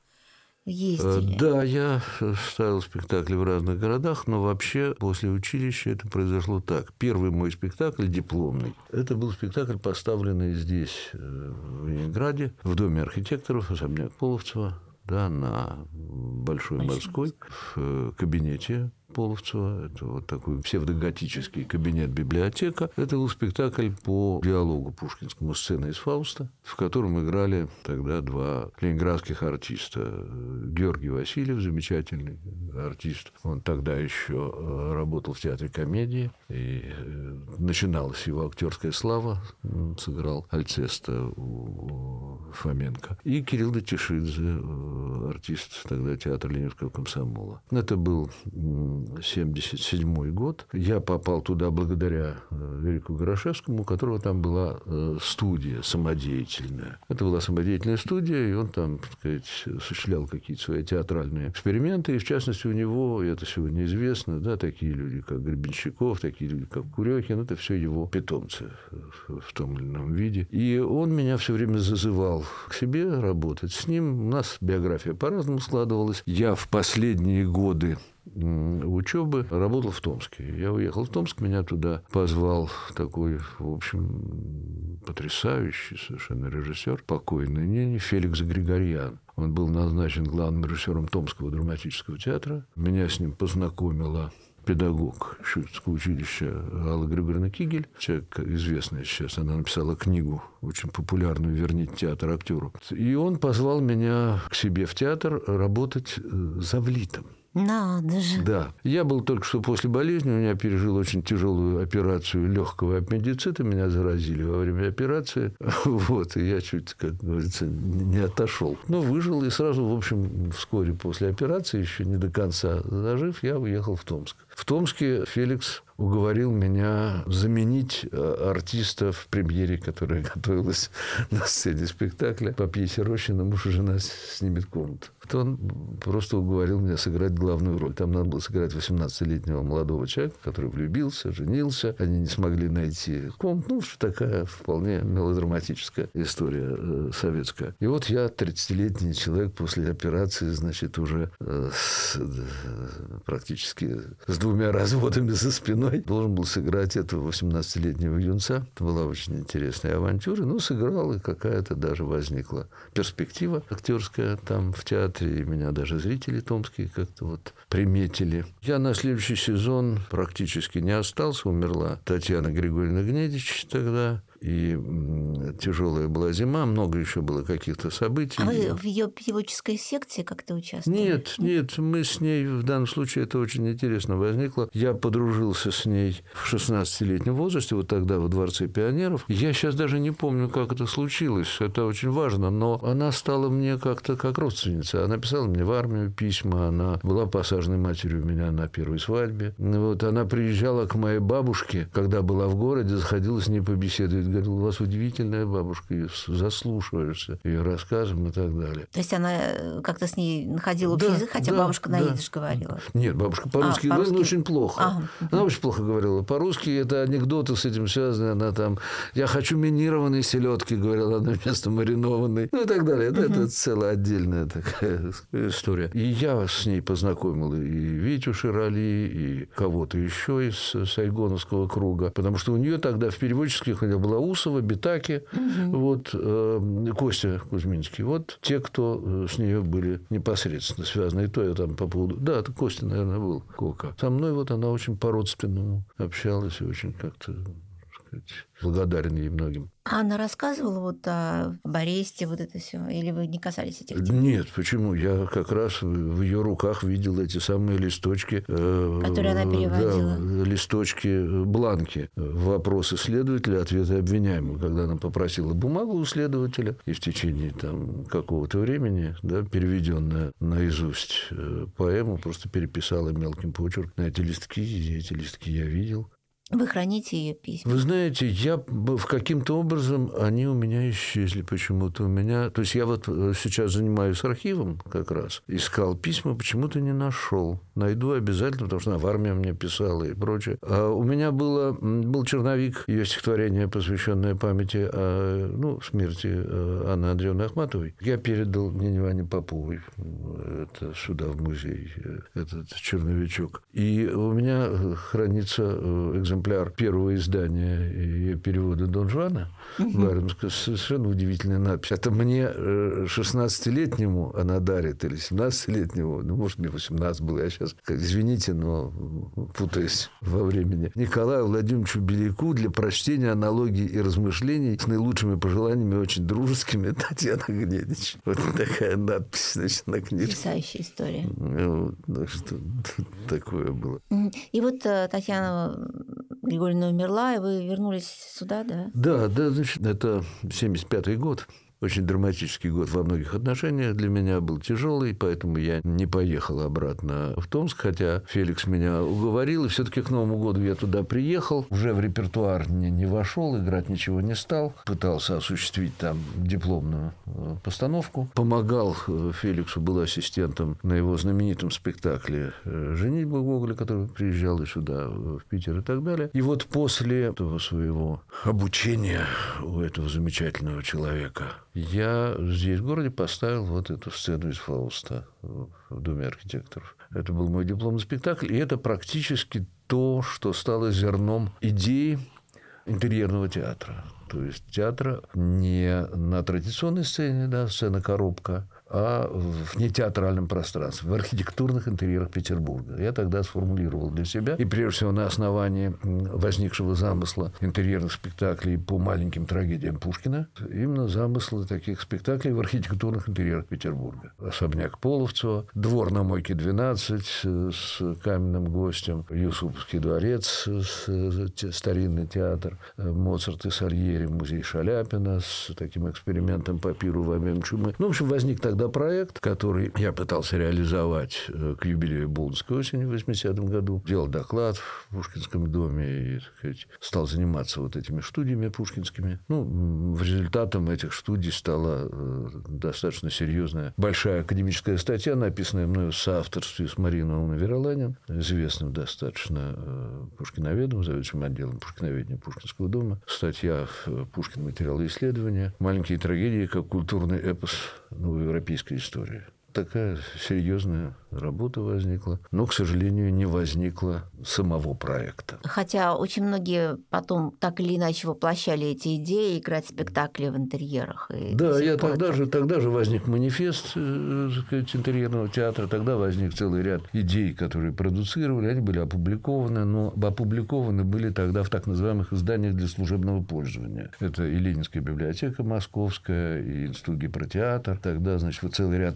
Ездили. Да, я ставил спектакли в разных городах, но вообще после училища это произошло так. Первый мой спектакль, дипломный, это был спектакль, поставленный здесь, в Ленинграде, в Доме архитекторов, особняк Половцева, да, на Большой Морской, в кабинете Половцева. Это вот такой псевдоготический кабинет-библиотека. Это был спектакль по диалогу пушкинскому «Сцена из Фауста», в котором играли тогда два ленинградских артиста. Георгий Васильев, замечательный артист. Он тогда еще работал в театре комедии. И начиналась его актерская слава. Он сыграл Альцеста у Фоменко. И Кирилл Датишидзе, артист тогда театра Ленинского комсомола. Это был 1977 год. Я попал туда благодаря Велику Горошевскому, у которого там была студия самодеятельная. Это была самодеятельная студия, и он там, так сказать, осуществлял какие-то свои театральные эксперименты. И, в частности, у него, и это сегодня известно, да, такие люди, как Гребенщиков, такие люди, как Курехин, это все его питомцы в том или ином виде. И он меня все время зазывал к себе работать с ним. У нас биография по-разному складывалась. Я в последние годы учебы работал в Томске. Я уехал в Томск, меня туда позвал такой, в общем, потрясающий совершенно режиссер, покойный ныне, Феликс Григорьян. Он был назначен главным режиссером Томского драматического театра. Меня с ним познакомила педагог Щукинского училища Алла Григорьевна Кигель, человек известный сейчас, она написала книгу очень популярную «Верните театр актеру». И он позвал меня к себе в театр работать завлитом. Надо же. Да. Я был только что после болезни, у меня пережил очень тяжелую операцию легкого аппендицита, меня заразили во время операции, вот, и я чуть, как говорится, не отошел. Но выжил, и сразу, в общем, вскоре после операции, еще не до конца зажив, я уехал в Томск. В Томске Феликс уговорил меня заменить артиста в премьере, которая готовилась на сцене спектакля по пьесе Рощина «Муж и жена снимет комнату». Он просто уговорил меня сыграть главную роль. Там надо было сыграть 18-летнего молодого человека, который влюбился, женился. Они не смогли найти комнату. Ну, такая вполне мелодраматическая история советская. И вот я, 30-летний человек, после операции, значит, уже практически с 2 разводами за спиной, должен был сыграть этого 18-летнего юнца. Это была очень интересная авантюра. Ну, сыграл, и какая-то даже возникла перспектива актерская там в театре. И меня даже зрители томские как-то вот приметили. Я на следующий сезон практически не остался. Умерла Татьяна Григорьевна Гнедич тогда. И тяжелая была зима, много еще было каких-то событий. А вы в ее певческой секции как-то участвовали? Нет, мы с ней, в данном случае это очень интересно возникло. Я подружился с ней в 16-летнем возрасте, вот тогда во Дворце пионеров. Я сейчас даже не помню, как это случилось, это очень важно, но она стала мне как-то как родственница. Она писала мне в армию письма, она была посаженной матерью у меня на первой свадьбе. Вот, она приезжала к моей бабушке, когда была в городе, заходила с ней побеседовать. говорил, у вас удивительная бабушка, и заслушиваешься ее рассказам и так далее. То есть она как-то с ней находила общий язык, хотя бабушка на идиш говорила? Нет, бабушка по-русски говорила очень плохо. Она очень плохо говорила по-русски. Это анекдоты с этим связаны. Она там, я хочу минированной селедки, говорила она вместо маринованной. Ну и так далее. Это целая отдельная такая история. И я с ней познакомил и Витю Ширали, и кого-то еще из сайгоновского круга. Потому что у нее тогда в переводческих была Усова, Битаки, Костя Кузьминский. Вот те, кто с нее были непосредственно связаны. И то я там по поводу... Да, это Костя, наверное, был Кока. Со мной вот она очень по-родственному общалась и очень как-то, так сказать, благодарен ей многим. А она рассказывала вот о Аресте, вот это все, или вы не касались этих тем? Нет, почему? Я как раз в ее руках видел эти самые листочки, которые она переводила. Да, листочки, бланки. Вопросы следователя, ответы обвиняемого. Когда она попросила бумагу у следователя, и в течение там какого-то времени, да, переведенная наизусть поэму, просто переписала мелким почерком на эти листки я видел. Вы храните ее письма? Вы знаете, я в каким-то образом они у меня исчезли почему-то у меня. То есть я вот сейчас занимаюсь архивом как раз, искал письма, почему-то не нашел. Найду обязательно, потому что она в армии мне писала и прочее. А у меня был черновик ее стихотворения, посвященное памяти о смерти Анны Андреевны Ахматовой. Я передал Нине Ивановне Поповой это сюда в музей, этот черновичок. И у меня хранится экземпляр первого издания ее перевода Дон Жуана Баренского. Совершенно удивительная надпись. Это мне 16-летнему она дарит, или 17-летнему, может, мне 18 было, я сейчас, извините, но путаюсь во времени. Николаю Владимировичу Беляку для прочтения аналогий и размышлений с наилучшими пожеланиями, очень дружескими, Татьяна Гнедич. Вот такая надпись, значит, на книжке. Потрясающая история. Так что такое было. И вот Татьяна Григорьевна умерла, и вы вернулись сюда, да? Да, значит, это 75-й год. Очень драматический год во многих отношениях. Для меня был тяжелый, поэтому я не поехал обратно в Томск, хотя Феликс меня уговорил, и все-таки к Новому году я туда приехал. Уже в репертуар не вошел, играть ничего не стал. Пытался осуществить там дипломную постановку. Помогал Феликсу, был ассистентом на его знаменитом спектакле «Женитьба» Гоголя, который приезжал и сюда, в Питер и так далее. И вот после этого своего обучения у этого замечательного человека я здесь, в городе, поставил вот эту сцену из «Фауста» в Доме архитекторов. Это был мой дипломный спектакль, и это практически то, что стало зерном идеи интерьерного театра. То есть театра не на традиционной сцене, да, сцена-коробка, а в нетеатральном пространстве, в архитектурных интерьерах Петербурга. Я тогда сформулировал для себя, и прежде всего на основании возникшего замысла интерьерных спектаклей по маленьким трагедиям Пушкина, именно замысла таких спектаклей в архитектурных интерьерах Петербурга. Особняк Половцева, двор на Мойке 12 с каменным гостем, Юсуповский дворец, старинный театр, Моцарт и Сальери, музей Шаляпина с таким экспериментом по пиру во время чумы. В общем, возник тогда проект, который я пытался реализовать к юбилею Болонской осени в 80-м году. Делал доклад в Пушкинском доме и, так сказать, стал заниматься вот этими студиями пушкинскими. Результатом этих студий стала достаточно серьезная большая академическая статья, написанная мною в соавторстве с Мариной Ивановной Вероланин, известным достаточно пушкиноведом, заведующим отделом пушкиноведения Пушкинского дома. Статья «Пушкин. Материалы исследования. Маленькие трагедии как культурный эпос новоевропейской истории». Такая серьезная работа возникла, но, к сожалению, не возникло самого проекта. Хотя очень многие потом так или иначе воплощали эти идеи, играть спектакли в интерьерах. Да, тогда же возник манифест интерьерного театра, тогда возник целый ряд идей, которые продуцировали, они были опубликованы, но опубликованы были тогда в так называемых изданиях для служебного пользования. Это и Ленинская библиотека Московская, и Институт Гипротеатр. Тогда, значит, вот целый ряд тезисов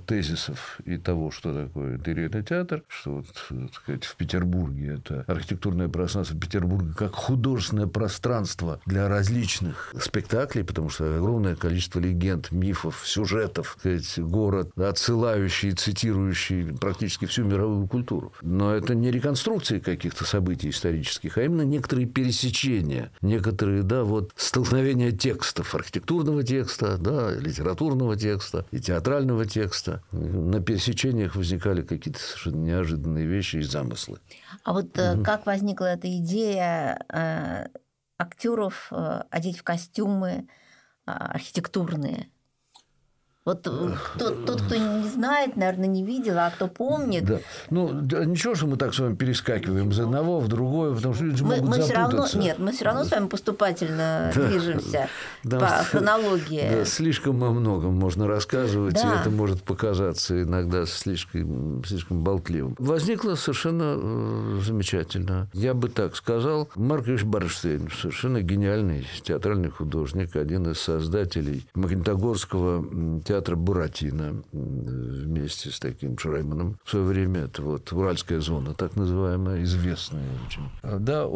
интересов и того, что такое интерьерный театр, что вот, так сказать, в Петербурге это архитектурное пространство Петербурга как художественное пространство для различных спектаклей, потому что огромное количество легенд, мифов, сюжетов, так сказать, город, отсылающий, цитирующий практически всю мировую культуру. Но это не реконструкции каких-то событий исторических, а именно некоторые пересечения, некоторые, да, вот столкновения текстов, архитектурного текста, да, литературного текста и театрального текста. На пересечениях возникали какие-то совершенно неожиданные вещи и замыслы. А вот как возникла эта идея актеров одеть в костюмы архитектурные? Вот тот, кто не знает, наверное, не видел, а кто помнит. Да. Ну, ничего, что мы так с вами перескакиваем из одного в другое, потому что люди могут запутаться. Мы все равно с вами поступательно движемся по хронологии. Да, слишком о многом можно рассказывать, и это может показаться иногда слишком болтливым. Возникло совершенно замечательно. Я бы так сказал, Марк Ильич Барнштейн, совершенно гениальный театральный художник, один из создателей Магнитогорского театра «Буратино» вместе с таким Шрайманом. В свое время это вот Уральская зона, так называемая, известная очень. Да,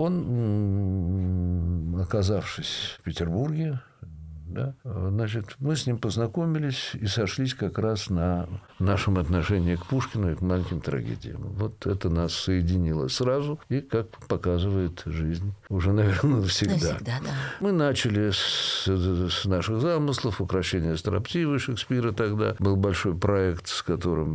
он, оказавшись в Петербурге, да, значит, мы с ним познакомились и сошлись как раз на нашем отношении к Пушкину и к маленьким трагедиям. Вот это нас соединило сразу, и, как показывает жизнь, уже, наверное, навсегда. Да. Мы начали с наших замыслов, «Укрощение строптивой» Шекспира тогда. Был большой проект, с которым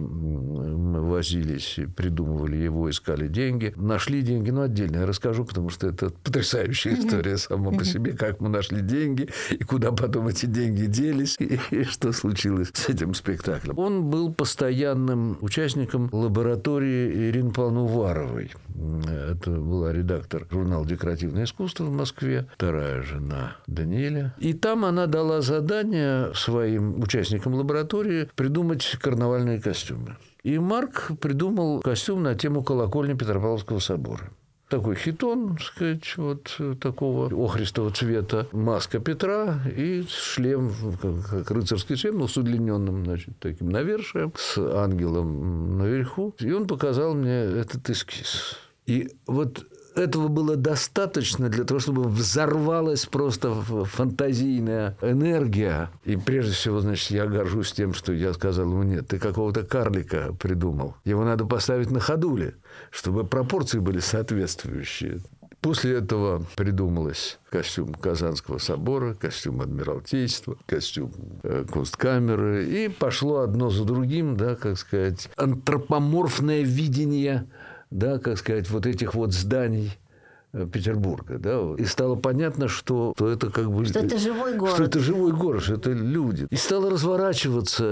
мы возились, придумывали его, искали деньги. Нашли деньги, но отдельно я расскажу, потому что это потрясающая история сама по себе, как мы нашли деньги и куда потом эти деньги делись, и что случилось с этим спектаклем. Он был постоянным участником лаборатории Ирины Павловны Уваровой. Это была редактор журнала «Декоративное искусство» в Москве, вторая жена Даниэля. И там она дала задание своим участникам лаборатории придумать карнавальные костюмы. И Марк придумал костюм на тему колокольни Петропавловского собора. Такой хитон, так сказать, вот такого охристого цвета, маска Петра и шлем, как рыцарский шлем, но с удлиненным, значит, таким навершием, с ангелом наверху. И он показал мне этот эскиз. И вот этого было достаточно для того, чтобы взорвалась просто фантазийная энергия. И прежде всего, значит, я горжусь тем, что я сказал ему: нет, ты какого-то карлика придумал. Его надо поставить на ходуле, чтобы пропорции были соответствующие. После этого придумалось костюм Казанского собора, костюм Адмиралтейства, костюм Кунсткамеры. И пошло одно за другим, да, как сказать, антропоморфное видение, да, как сказать, вот этих вот зданий Петербурга, да, и стало понятно, что это как бы... Что это живой город. Что это живой город, что это люди. И стала разворачиваться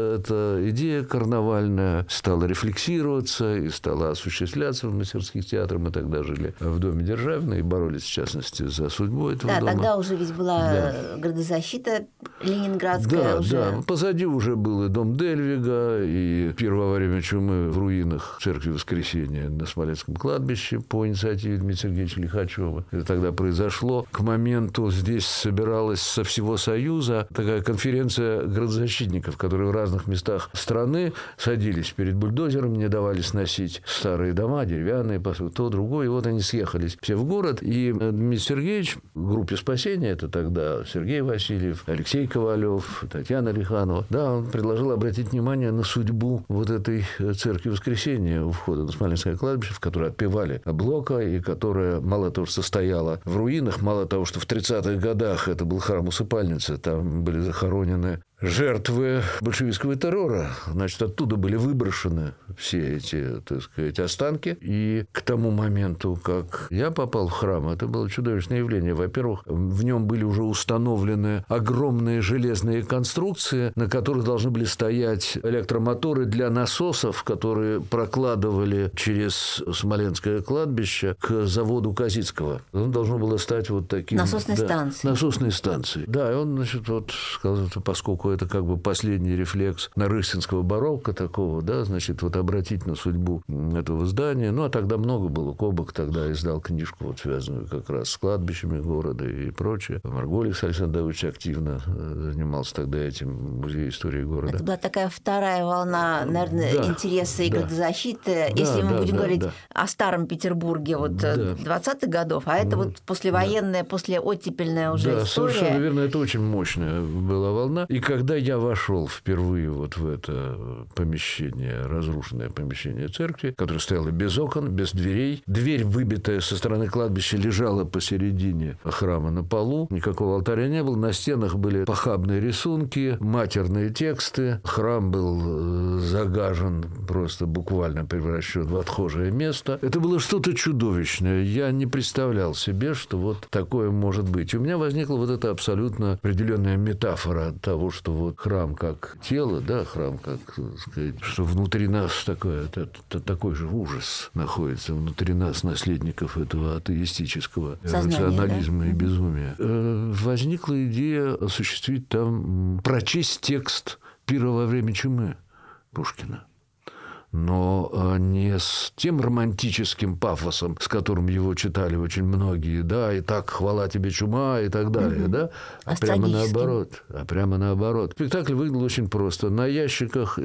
эта идея карнавальная, стала рефлексироваться и стала осуществляться в мастерских театрах. Мы тогда жили в доме Державина и боролись, в частности, за судьбу этого дома. Да, тогда уже ведь была градозащита ленинградская. Да. Позади уже был и дом Дельвига, и первое во время чумы в руинах церкви Воскресения на Смоленском кладбище по инициативе Дмитрия Сергеевича Лихачева. Это тогда произошло. К моменту здесь собиралась со всего Союза такая конференция градозащитников, которые в разных местах страны садились перед бульдозером, не давали сносить старые дома, деревянные, то, другое. И вот они съехались все в город. И Дмитрий Сергеевич в группе спасения, это тогда Сергей Васильев, Алексей Ковалев, Татьяна Лиханова, да, он предложил обратить внимание на судьбу вот этой церкви Воскресения у входа на Смоленское кладбище, в которой отпевали Блока, и которая мало того, что стояла в руинах, мало того, что в 30-х годах это был храм-усыпальница, там были захоронены жертвы большевистского террора. Значит, оттуда были выброшены все эти, так сказать, останки. И к тому моменту, как я попал в храм, это было чудовищное явление. Во-первых, в нем были уже установлены огромные железные конструкции, на которых должны были стоять электромоторы для насосов, которые прокладывали через Смоленское кладбище к заводу Козицкого. Он должно было стать вот таким... Насосной станцией. Насосной станцией. Да, и он, значит, вот сказал, что поскольку эпоху это как бы последний рефлекс нарышкинского барокко такого, да, значит, вот обратить на судьбу этого здания. Ну, а тогда много было. Кобок тогда издал книжку, вот, связанную как раз с кладбищами города и прочее. Марголис Александр Давыдович активно занимался тогда этим, музей истории города. Это была такая вторая волна, наверное, интереса и градозащиты. Если мы будем говорить о старом Петербурге вот 20-х годов, а это вот послевоенная, послеоттепельная уже история. Да, совершенно верно. Это очень мощная была волна. И когда я вошел впервые вот в это помещение, разрушенное помещение церкви, которое стояло без окон, без дверей, дверь, выбитая со стороны кладбища, лежала посередине храма на полу, никакого алтаря не было, на стенах были похабные рисунки, матерные тексты, храм был загажен, просто буквально превращен в отхожее место. Это было что-то чудовищное. Я не представлял себе, что вот такое может быть. У меня возникла вот эта абсолютно определенная метафора того, что вот храм как тело, да, храм как, так сказать, что внутри нас такой же ужас находится, внутри нас, наследников этого атеистического рационализма и безумия. Возникла идея осуществить там, прочесть текст «Пира во время чумы» Пушкина. Но не с тем романтическим пафосом, с которым его читали очень многие, да, и так хвала тебе, чума, и так далее, да, а прямо наоборот. Спектакль выглядел очень просто. На ящиках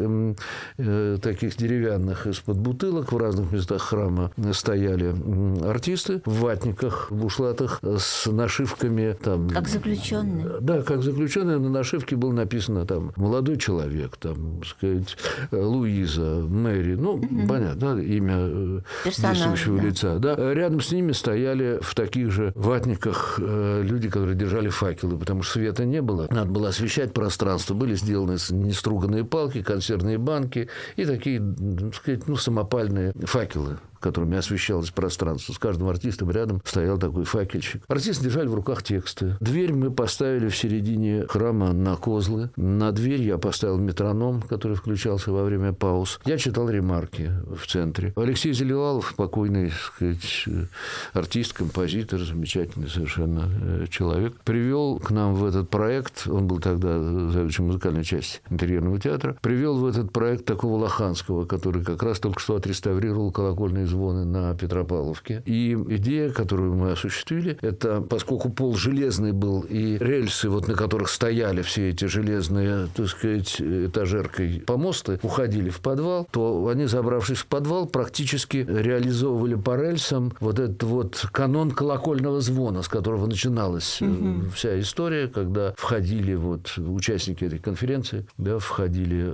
таких деревянных из-под бутылок в разных местах храма стояли артисты в ватниках, в бушлатах с нашивками. Там, как заключенные. Да, как заключенные. На нашивке было написано там «Молодой человек», там, так сказать, «Луиза», «Мэри». Ну, понятно, имя действующего лица. Да. Рядом с ними стояли в таких же ватниках люди, которые держали факелы, потому что света не было. Надо было освещать пространство. Были сделаны неструганные палки, консервные банки и такие, так сказать, самопальные факелы, которыми освещалось пространство. С каждым артистом рядом стоял такой факельщик. Артисты держали в руках тексты. Дверь мы поставили в середине храма на козлы. На дверь я поставил метроном, который включался во время пауз. Я читал ремарки в центре. Алексей Зелевалов, покойный, так сказать, артист, композитор, замечательный совершенно человек, привел к нам в этот проект, он был тогда заведующим музыкальной части интерьерного театра, привел в этот проект такого Лоханского, который как раз только что отреставрировал колокольные звоны на Петропавловке. И идея, которую мы осуществили, это, поскольку пол железный был, и рельсы, вот, на которых стояли все эти железные, так сказать, этажеркой помосты, уходили в подвал, то они, забравшись в подвал, практически реализовывали по рельсам вот этот вот канон колокольного звона, с которого начиналась вся история, когда входили вот участники этой конференции, да, входили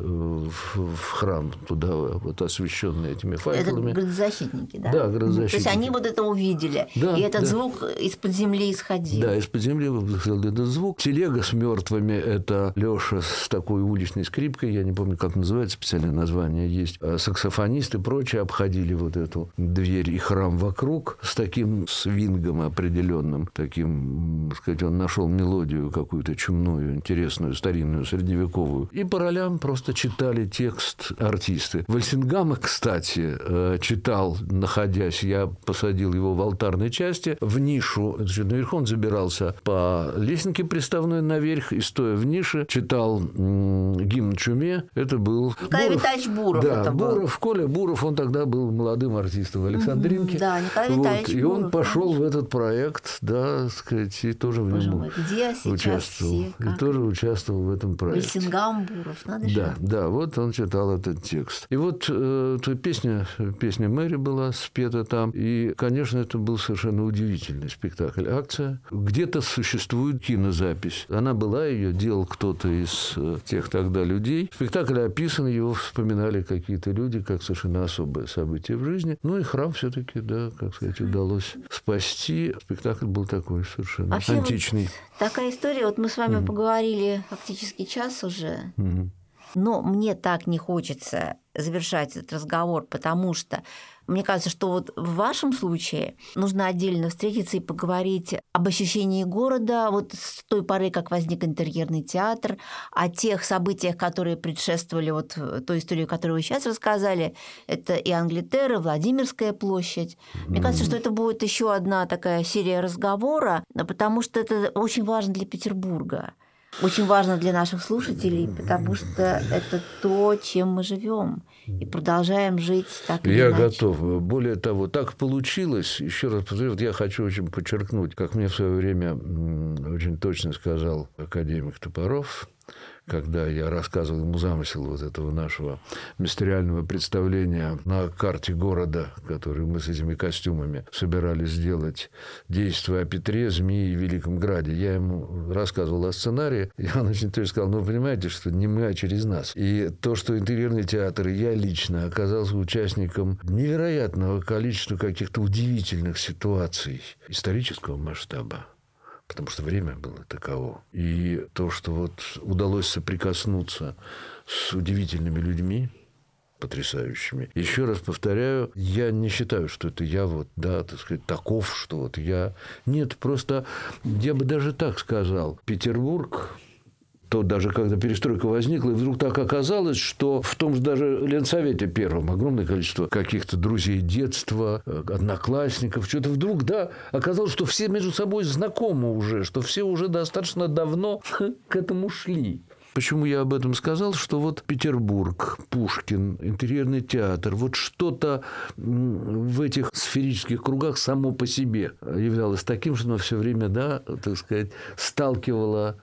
в храм туда, вот освещенные этими факелами. Это градозащитники, да? Да, градозащитники. То есть они вот это увидели, да, и этот звук из-под земли исходил. Да, из-под земли выходил этот звук. Телега с мертвыми — это Лёша с такой уличной скрипкой, я не помню, как называется, специальное название есть. Саксофонисты и прочие обходили вот эту дверь и храм вокруг с таким свингом определенным, таким, так сказать, он нашел мелодию какую-то чумную, интересную, старинную, средневековую. И по ролям просто читали текст артисты. Вальсингама, кстати, читал, находясь, я посадил его в алтарной части, в нишу, наверху он забирался по лестнике приставной наверх, и, стоя в нише, читал гимн чуме. Это был Николай Витальевич Буров. Да, это Буров, Коля Буров, он тогда был молодым артистом в Александринке. Да, Николай Витальевич вот, и Буров, он пошел конечно. в этот проект, да, сказать, и тоже в нем участвовал. И тоже участвовал в этом проекте. Вальсингам, Буров, надо же. Да, вот он читал этот текст. И вот песня «Мэри» была спета там. И, конечно, это был совершенно удивительный спектакль. Акция. Где-то существует кинозапись. Она была, ее делал кто-то из тех тогда людей. Спектакль описан, его вспоминали какие-то люди, как совершенно особое событие в жизни. Ну и храм все-таки, да, как сказать, удалось спасти. Спектакль был такой совершенно вообще античный. Вот такая история. Вот мы с вами поговорили фактически час уже. Но мне так не хочется завершать этот разговор, потому что мне кажется, что вот в вашем случае нужно отдельно встретиться и поговорить об ощущении города вот с той поры, как возник интерьерный театр, о тех событиях, которые предшествовали вот той истории, которую вы сейчас рассказали. Это и Англитера, Владимирская площадь. Мне кажется, что это будет еще одна такая серия разговора, потому что это очень важно для Петербурга. очень важно для наших слушателей, потому что это то, чем мы живем и продолжаем жить так или иначе. Я готов. Более того, так получилось. Еще раз повторю, вот я хочу очень подчеркнуть, как мне в свое время очень точно сказал академик Топоров, когда я рассказывал ему замысел вот этого нашего мистериального представления на карте города, который мы с этими костюмами собирались сделать, действуя о Петре, Змее и Великом Граде. Я ему рассказывал о сценарии, и он очень точно сказал, ну, понимаете, что не мы, а через нас. И то, что интерьерный театр, я лично оказался участником невероятного количества каких-то удивительных ситуаций исторического масштаба, потому что время было таково. И то, что вот удалось соприкоснуться с удивительными людьми, потрясающими. Еще раз повторяю, я не считаю, что это я вот, да, так сказать, таков, что вот я... Нет, просто я бы даже так сказал. Петербург... То даже когда перестройка возникла, и вдруг так оказалось, что в том же даже Ленсовете первом огромное количество каких-то друзей детства, одноклассников, что-то вдруг, да, оказалось, что все между собой знакомы уже, что все уже достаточно давно к этому шли. Почему я об этом сказал? Что вот Петербург, Пушкин, интерьерный театр, вот что-то в этих сферических кругах само по себе являлось таким, что оно все время, да, так сказать, сталкивало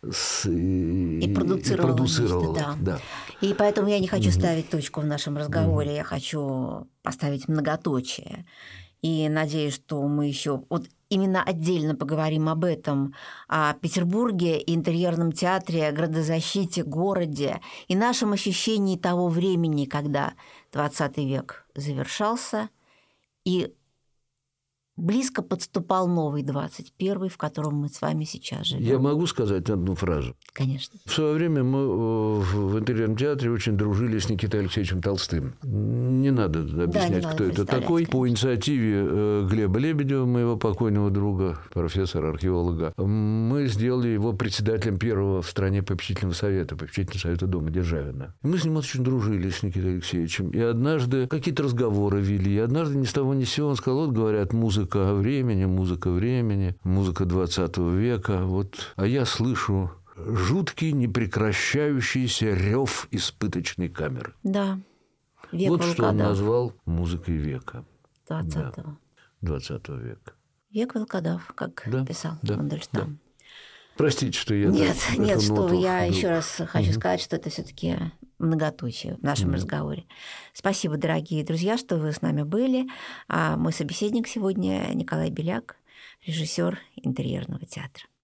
и продуцировало. Да. И поэтому я не хочу ставить точку в нашем разговоре, я хочу поставить многоточие. И надеюсь, что мы еще вот именно отдельно поговорим об этом, о Петербурге, интерьерном театре, градозащите, городе и нашем ощущении того времени, когда XX век завершался и близко подступал новый 21-й, в котором мы с вами сейчас живем. Я могу сказать одну фразу? Конечно. В свое время мы в интерьерном театре очень дружили с Никитой Алексеевичем Толстым. Не надо объяснять, кто это такой. Конечно. По инициативе Глеба Лебедева, моего покойного друга, профессора-археолога, мы сделали его председателем первого в стране попечительного совета дома Державина. И мы с ним очень дружили, с Никитой Алексеевичем. И однажды какие-то разговоры вели. И однажды ни с того ни с сего он сказал, вот, говорят, музыка времени, музыка 20 века. Вот. А я слышу жуткий, непрекращающийся рев испыточной камеры. Да. Век вот волкодав. Что он назвал музыкой века. 20-го. 20 века. Век волкодав, как писал Мандельштам. Да. Простите, что я... Нет, что вы. Я еще раз хочу сказать, что это все-таки многоточие в нашем разговоре. Спасибо, дорогие друзья, что вы с нами были. А мой собеседник сегодня Николай Беляк, режиссер интерьерного театра.